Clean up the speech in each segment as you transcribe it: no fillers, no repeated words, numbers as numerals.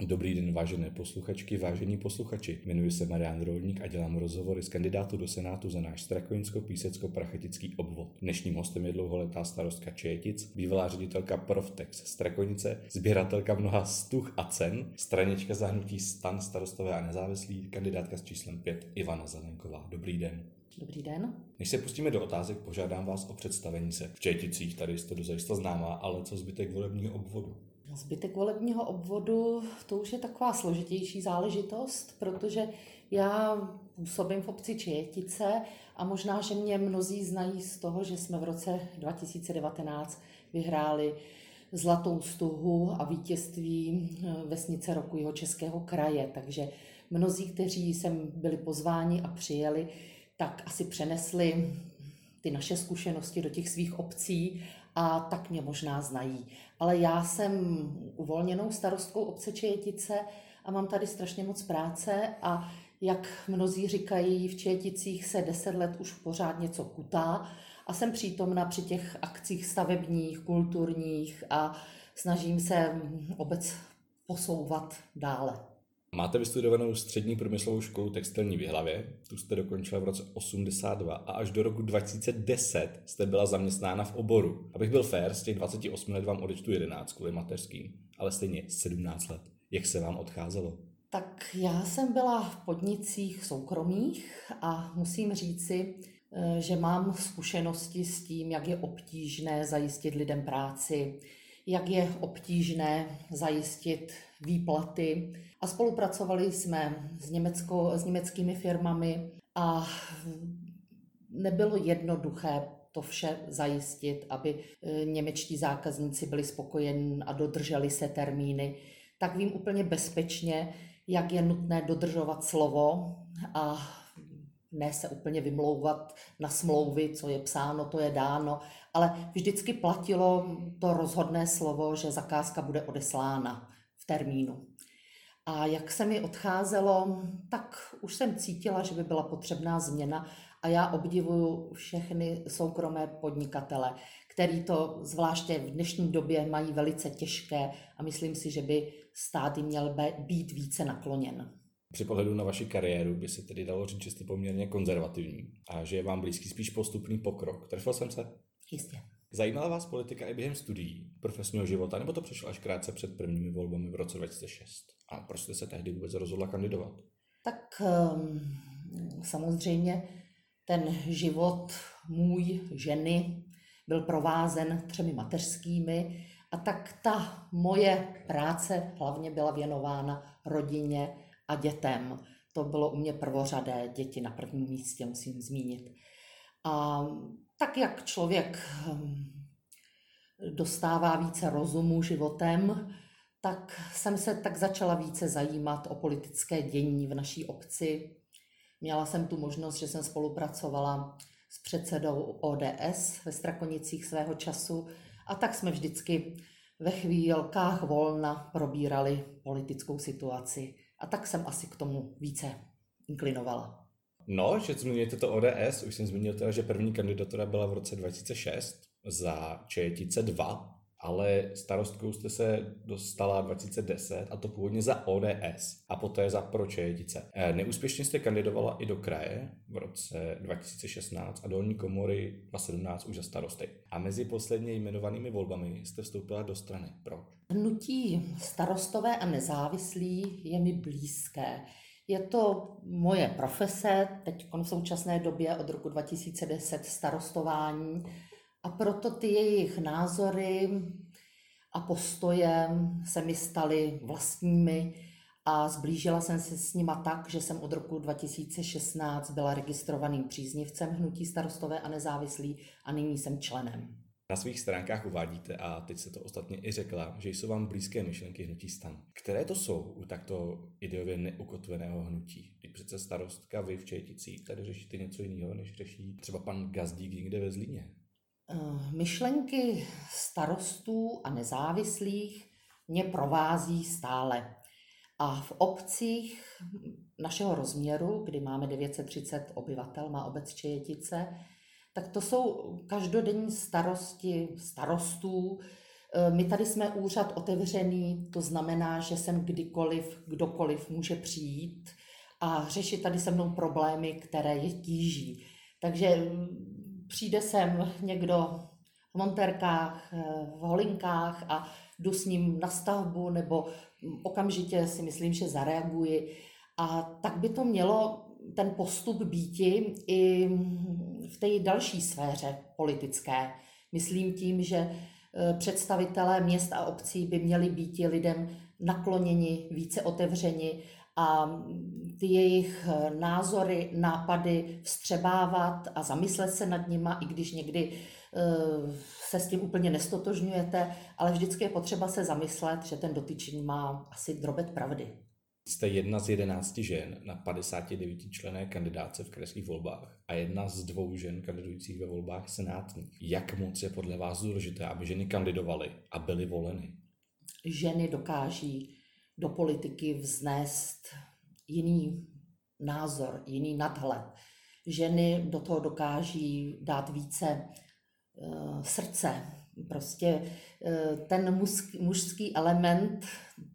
Dobrý den, vážené posluchačky, vážení posluchači. Jmenuji se Marián Rolník a dělám rozhovory s kandidátu do Senátu za náš Strakonicko-Písecko-Prachetický obvod. Dnešním hostem je dlouholetá starostka Čejetic, bývalá ředitelka Proftex Strakonice, sběratelka mnoha stuh a cen, stranička za hnutí STAN, Starostové a nezávislí, kandidátka s číslem 5 Ivana Zelenková. Dobrý den. Dobrý den. Než se pustíme do otázek, požádám vás o představení se. V Čejeticích tady jste dozajista známá, ale co zbytek volebního obvodu? Zbytek volebního obvodu, to už je taková složitější záležitost, protože já působím v obci Čejetice a možná, že mě mnozí znají z toho, že jsme v roce 2019 vyhráli Zlatou stuhu a vítězství vesnice roku Jihočeského kraje, takže mnozí, kteří sem byli pozváni a přijeli, tak asi přenesli ty naše zkušenosti do těch svých obcí a tak mě možná znají. Ale já jsem uvolněnou starostkou obce Čejetice a mám tady strašně moc práce a jak mnozí říkají, v Čejeticích se 10 let už pořád něco kutá a jsem přítomna při těch akcích stavebních, kulturních a snažím se obec posouvat dále. Máte vystudovanou střední průmyslovou školu textilní v Jihlavě, tu jste dokončila v roce 82 a až do roku 2010 jste byla zaměstnána v oboru. Abych byl fér, z těch 28 let vám odečtu 11 kvůli mateřským, ale stejně 17 let. Jak se vám odcházelo? Tak já jsem byla v podnicích soukromých a musím říci, že mám zkušenosti s tím, jak je obtížné zajistit lidem práci, jak je obtížné zajistit výplaty. A spolupracovali jsme s německými firmami a nebylo jednoduché to vše zajistit, aby němečtí zákazníci byli spokojeni a dodrželi se termíny. Tak vím úplně bezpečně, jak je nutné dodržovat slovo a ne se úplně vymlouvat na smlouvy, co je psáno, to je dáno, ale vždycky platilo to rozhodné slovo, že zakázka bude odeslána v termínu. A jak se mi odcházelo, tak už jsem cítila, že by byla potřebná změna a já obdivuju všechny soukromé podnikatele, který to zvláště v dnešní době mají velice těžké a myslím si, že by stát jim měl být více nakloněn. Při pohledu na vaši kariéru by se tedy dalo říct, že jste poměrně konzervativní a že je vám blízký spíš postupný pokrok. Trefil jsem se? Jistě. Zajímala vás politika i během studií, profesního života, nebo to přišlo až krátce před prvními volbami v roce 2006? A proč jste se tehdy vůbec rozhodla kandidovat? Tak samozřejmě ten život můj ženy byl provázen 3 mateřskými a tak ta moje práce hlavně byla věnována rodině a dětem. To bylo u mě prvořadé, děti na prvním místě musím zmínit. A tak jak člověk dostává více rozumu životem, tak jsem se tak začala více zajímat o politické dění v naší obci. Měla jsem tu možnost, že jsem spolupracovala s předsedou ODS ve Strakonicích svého času a tak jsme vždycky ve chvílkách volna probírali politickou situaci. A tak jsem asi k tomu více inklinovala. No, že zmiňujete to ODS, už jsem zmínil teda, že první kandidatura byla v roce 2006 za Čejetice 2, ale starostkou jste se dostala 2010 a to původně za ODS a poté za Pro Čejetice. Neúspěšně jste kandidovala i do kraje v roce 2016 a dolní komory 2017 už za starosty. A mezi posledně jmenovanými volbami jste vstoupila do strany. Proč? Hnutí Starostové a nezávislí je mi blízké. Je to moje profese, teď v současné době od roku 2010 starostování a proto ty jejich názory a postoje se mi staly vlastními a zblížila jsem se s nima tak, že jsem od roku 2016 byla registrovaným příznivcem Hnutí Starostové a nezávislí a nyní jsem členem. Na svých stránkách uvádíte, a teď se to ostatně i řekla, že jsou vám blízké myšlenky hnutí STAN. Které to jsou u takto ideově neukotveného hnutí? Teď přece starostka vy v Čejeticích tady řešíte něco jiného, než řeší třeba pan Gazdík někde ve Zlíně. Myšlenky starostů a nezávislých mě provází stále. A v obcích našeho rozměru, kdy máme 930 obyvatel, má obec Čejetice, tak to jsou každodenní starosti starostů, My tady jsme úřad otevřený, to znamená, že sem kdokoliv může přijít a řešit tady se mnou problémy, které je tíží. Takže přijde sem někdo v montérkách, v holinkách a jdu s ním na stavbu, nebo okamžitě si myslím, že zareaguji. A tak by to mělo ten postup býti i v té další sféře politické. Myslím tím, že představitelé měst a obcí by měli být lidem nakloněni, více otevřeni a ty jejich názory, nápady vstřebávat a zamyslet se nad nima, i když někdy se s tím úplně nestotožňujete, ale vždycky je potřeba se zamyslet, že ten dotyčný má asi drobet pravdy. Jste jedna z 11 žen na 59 členné kandidáce v krajských volbách a jedna z 2 žen kandidujících ve volbách senátních. Jak moc je podle vás důležité, aby ženy kandidovaly a byly voleny? Ženy dokáží do politiky vznést jiný názor, jiný nadhled. Ženy do toho dokáží dát více srdce. Prostě ten mužský element,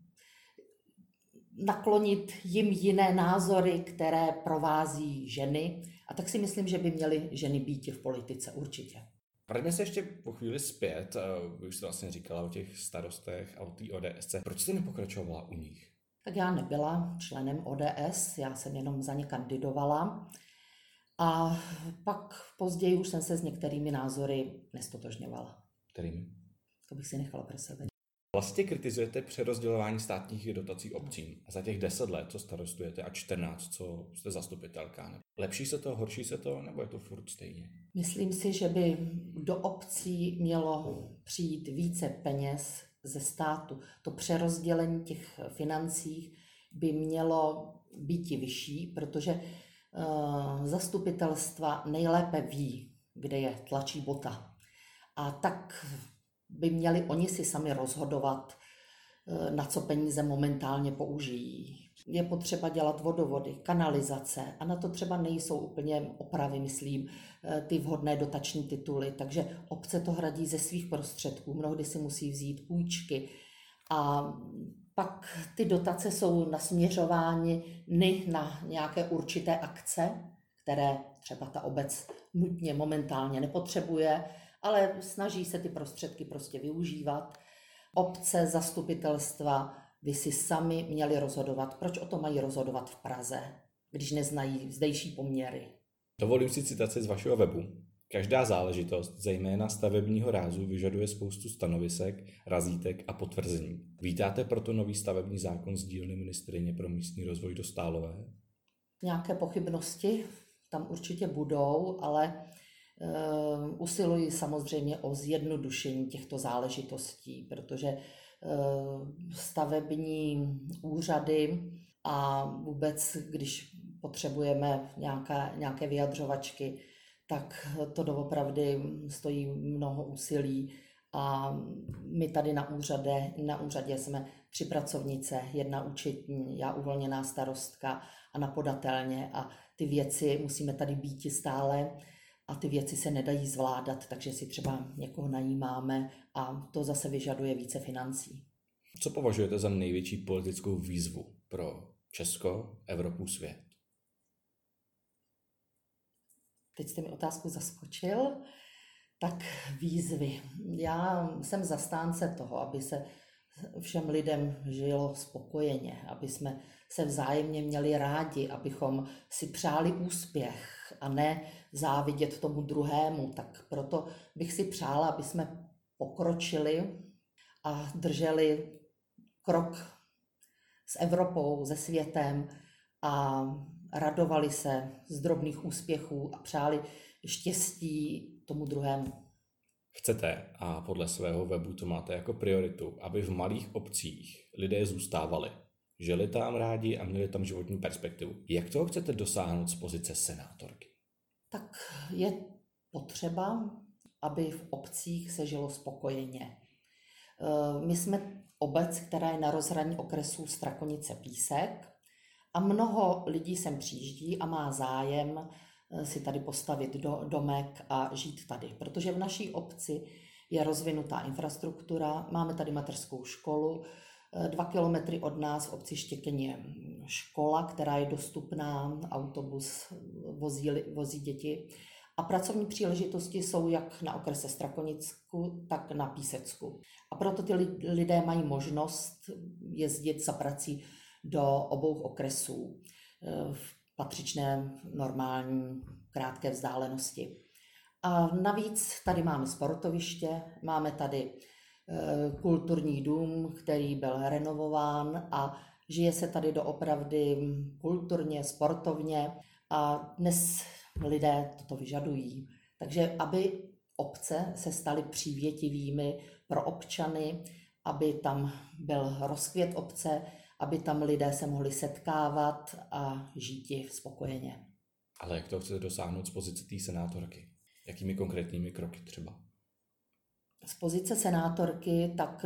naklonit jim jiné názory, které provází ženy. A tak si myslím, že by měly ženy být v politice určitě. Vraťme se ještě po chvíli zpět, vy už jste vlastně říkala o těch starostech a o té ODS. Proč jste nepokračovala u nich? Tak já nebyla členem ODS, já jsem jenom za ně kandidovala. A pak později už jsem se s některými názory nestotožňovala. Kterými? To bych si nechala pro sebe. Vlastně kritizujete přerozdělování státních dotací obcím. A za těch 10 let, co starostujete, a 14, co jste zastupitelka. Lepší se to, horší se to, nebo je to furt stejně? Myslím si, že by do obcí mělo přijít více peněz ze státu. To přerozdělení těch financí by mělo být vyšší, protože zastupitelstva nejlépe ví, kde je tlačí bota. A tak by měli oni si sami rozhodovat, na co peníze momentálně použijí. Je potřeba dělat vodovody, kanalizace a na to třeba nejsou úplně opravy, myslím, ty vhodné dotační tituly, takže obce to hradí ze svých prostředků, mnohdy si musí vzít půjčky a pak ty dotace jsou nasměřovány na nějaké určité akce, které třeba ta obec nutně momentálně nepotřebuje, ale snaží se ty prostředky prostě využívat. Obce, zastupitelstva by si sami měli rozhodovat, proč o to mají rozhodovat v Praze, když neznají zdejší poměry. Dovolím si citaci z vašeho webu. Každá záležitost, zejména stavebního rázu, vyžaduje spoustu stanovisek, razítek a potvrzení. Vítáte proto nový stavební zákon z dílny ministryně pro místní rozvoj Dostálové? Nějaké pochybnosti tam určitě budou, ale usiluji samozřejmě o zjednodušení těchto záležitostí, protože stavební úřady a vůbec, když potřebujeme nějaké vyjadřovačky, tak to doopravdy stojí mnoho úsilí a my tady na úřadě jsme 3 pracovnice, 1 účetní, já uvolněná starostka a na podatelně a ty věci musíme tady být stále a ty věci se nedají zvládat, takže si třeba někoho najímáme a to zase vyžaduje více financí. Co považujete za největší politickou výzvu pro Česko, Evropu, svět? Teď jste mi otázku zaskočil. Tak výzvy. Já jsem zastánce toho, aby se všem lidem žilo spokojeně, aby jsme se vzájemně měli rádi, abychom si přáli úspěch a ne závidět tomu druhému. Tak proto bych si přála, aby jsme pokročili a drželi krok s Evropou, se světem a radovali se z drobných úspěchů a přáli štěstí tomu druhému. Chcete, a podle svého webu to máte jako prioritu, aby v malých obcích lidé zůstávali, žili tam rádi a měli tam životní perspektivu. Jak toho chcete dosáhnout z pozice senátorky? Tak je potřeba, aby v obcích se žilo spokojeně. My jsme obec, která je na rozhraní okresů Strakonice-Písek a mnoho lidí sem přijíždí a má zájem si tady postavit domek a žít tady. Protože v naší obci je rozvinutá infrastruktura, máme tady mateřskou školu, 2 kilometry od nás v obci Štěkyn je škola, která je dostupná, autobus vozí děti. A pracovní příležitosti jsou jak na okrese Strakonicku, tak na Písecku. A proto ty lidé mají možnost jezdit za prací do obou okresů v patřičné, normální, krátké vzdálenosti. A navíc tady máme sportoviště, máme tady kulturní dům, který byl renovován a žije se tady doopravdy kulturně, sportovně a dnes lidé toto vyžadují. Takže aby obce se staly přívětivými pro občany, aby tam byl rozkvět obce, aby tam lidé se mohli setkávat a žít spokojeně. Ale jak to chcete dosáhnout z pozice té senátorky? Jakými konkrétními kroky třeba? Z pozice senátorky tak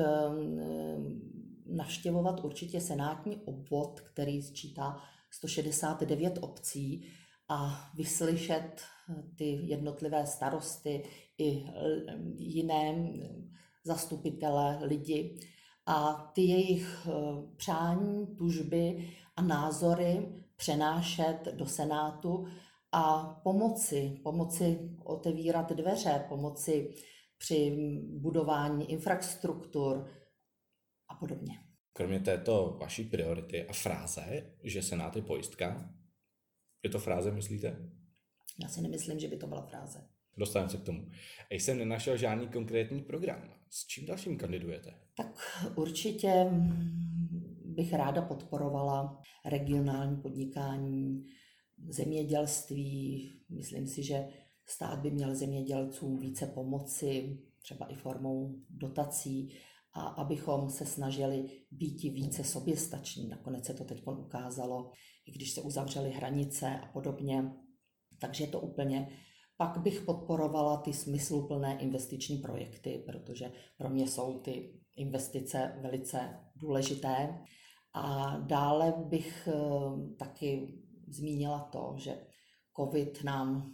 navštěvovat určitě senátní obvod, který sčítá 169 obcí a vyslyšet ty jednotlivé starosty i jiné zastupitele, lidi a ty jejich přání, tužby a názory přenášet do Senátu a pomoci otevírat dveře, pomoci při budování infrastruktur a podobně. Kromě této vaší priority a fráze, že Senát je pojistka, je to fráze, myslíte? Já si nemyslím, že by to byla fráze. Dostaneme se k tomu. A jsem nenašel žádný konkrétní program. S čím dalším kandidujete? Tak určitě bych ráda podporovala regionální podnikání, zemědělství. Myslím si, že stát by měl zemědělcům více pomoci, třeba i formou dotací, a abychom se snažili být více soběstační. Nakonec se to teď ukázalo, i když se uzavřely hranice a podobně. Takže to úplně. Pak bych podporovala ty smysluplné investiční projekty, protože pro mě jsou ty investice velice důležité. A dále bych taky zmínila to, že COVID nám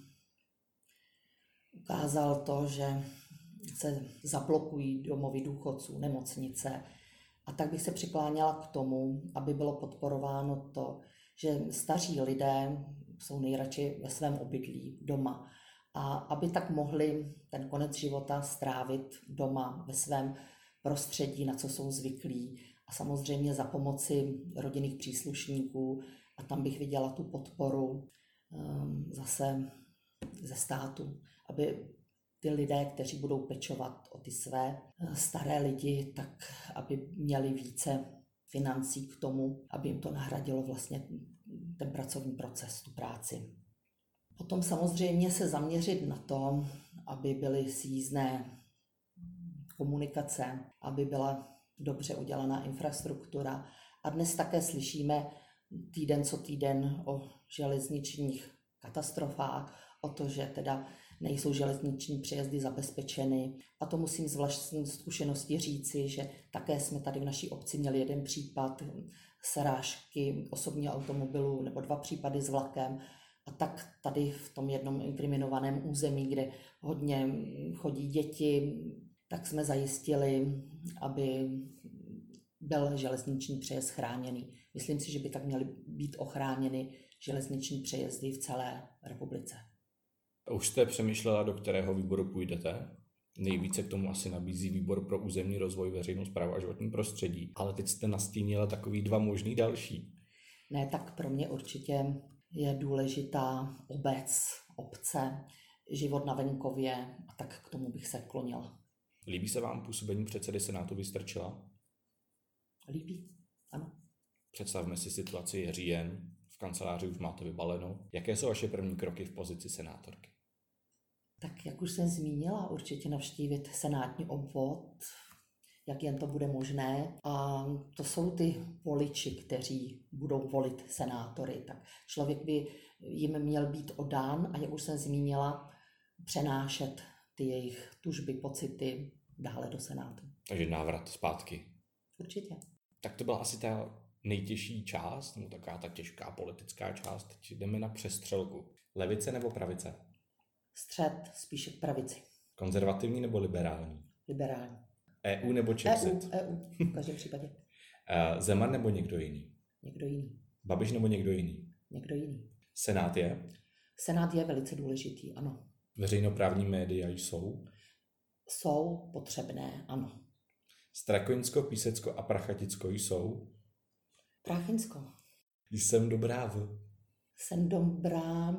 ukázal to, že se zablokují domovy důchodců, nemocnice. A tak bych se přikláněla k tomu, aby bylo podporováno to, že staří lidé jsou nejradši ve svém obydlí doma. A aby tak mohli ten konec života strávit doma ve svém prostředí, na co jsou zvyklí. A samozřejmě za pomoci rodinných příslušníků. A tam bych viděla tu podporu zase ze státu, aby ty lidé, kteří budou pečovat o ty své staré lidi, tak aby měli více financí k tomu, aby jim to nahradilo vlastně ten pracovní proces, tu práci. Potom samozřejmě se zaměřit na to, aby byly sjízdné komunikace, aby byla dobře udělaná infrastruktura. A dnes také slyšíme týden co týden o železničních katastrofách, o to, že teda nejsou železniční přejezdy zabezpečeny. A to musím z vlastní zkušenosti říci, že také jsme tady v naší obci měli jeden případ srážky osobního automobilu nebo 2 případy s vlakem. A tak tady v tom jednom inkriminovaném území, kde hodně chodí děti, tak jsme zajistili, aby byl železniční přejezd chráněný. Myslím si, že by tak měly být ochráněny železniční přejezdy v celé republice. Už jste přemýšlela, do kterého výboru půjdete? Nejvíce k tomu asi nabízí výbor pro územní rozvoj, veřejnou správu a životní prostředí. Ale teď jste nastínila takový 2 možný další. Ne, tak pro mě určitě je důležitá obce, život na venkově, a tak k tomu bych se klonila. Líbí se vám působení předsedy Senátu Vystrčila? Líbí, ano. Představme si situaci, je říjen, v kanceláři už máte vybaleno. Jaké jsou vaše první kroky v pozici senátorky? Tak jak už jsem zmínila, určitě navštívit senátní obvod, jak jen to bude možné. A to jsou ty voliči, kteří budou volit senátory. Tak člověk by jim měl být oddán a jak už jsem zmínila, přenášet ty jejich tužby, pocity dále do Senátu. Takže návrat zpátky. Určitě. Tak to byla asi ta nejtěžší část, nebo taková ta těžká politická část. Teď jdeme na přestřelku. Levice nebo pravice? Střed, spíše k pravici. Konzervativní nebo liberální? Liberální. EU nebo Czexit? EU, v každém případě. Zeman nebo někdo jiný? Někdo jiný. Babiš nebo někdo jiný? Někdo jiný. Senát je? Senát je velice důležitý, ano. Veřejnoprávní média jsou? Jsou potřebné, ano. Strakoňsko, Písecko a Prachaticko jsou? Práchinsko. Jsem dobrá v? Jsem dobrá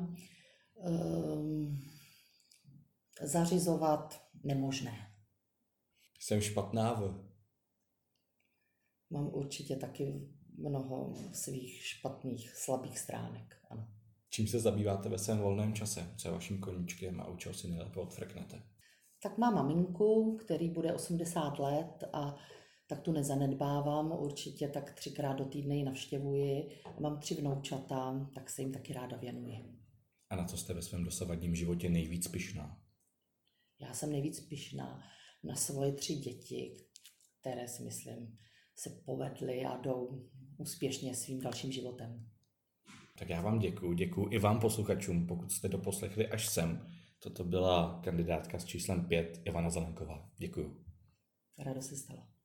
zařizovat nemožné. Jsem špatná v? Mám určitě taky mnoho svých špatných, slabých stránek, ano. Čím se zabýváte ve svém volném čase? Co je vaším koníčkem a u čeho si nejlépe odfrknete? Tak mám maminku, který bude 80 let a tak tu nezanedbávám, určitě tak 3krát do týdne ji navštěvuji. Mám 3 vnoučata, tak se jim taky ráda věnuji. A na co jste ve svém dosavadním životě nejvíc pyšná? Já jsem nejvíc pyšná na svoje 3 děti, které si myslím se povedly a jdou úspěšně svým dalším životem. Tak já vám děkuju i vám posluchačům, pokud jste doposlechli až sem. Toto byla kandidátka s číslem 5, Ivana Zelenková. Děkuju. Ráda se stala.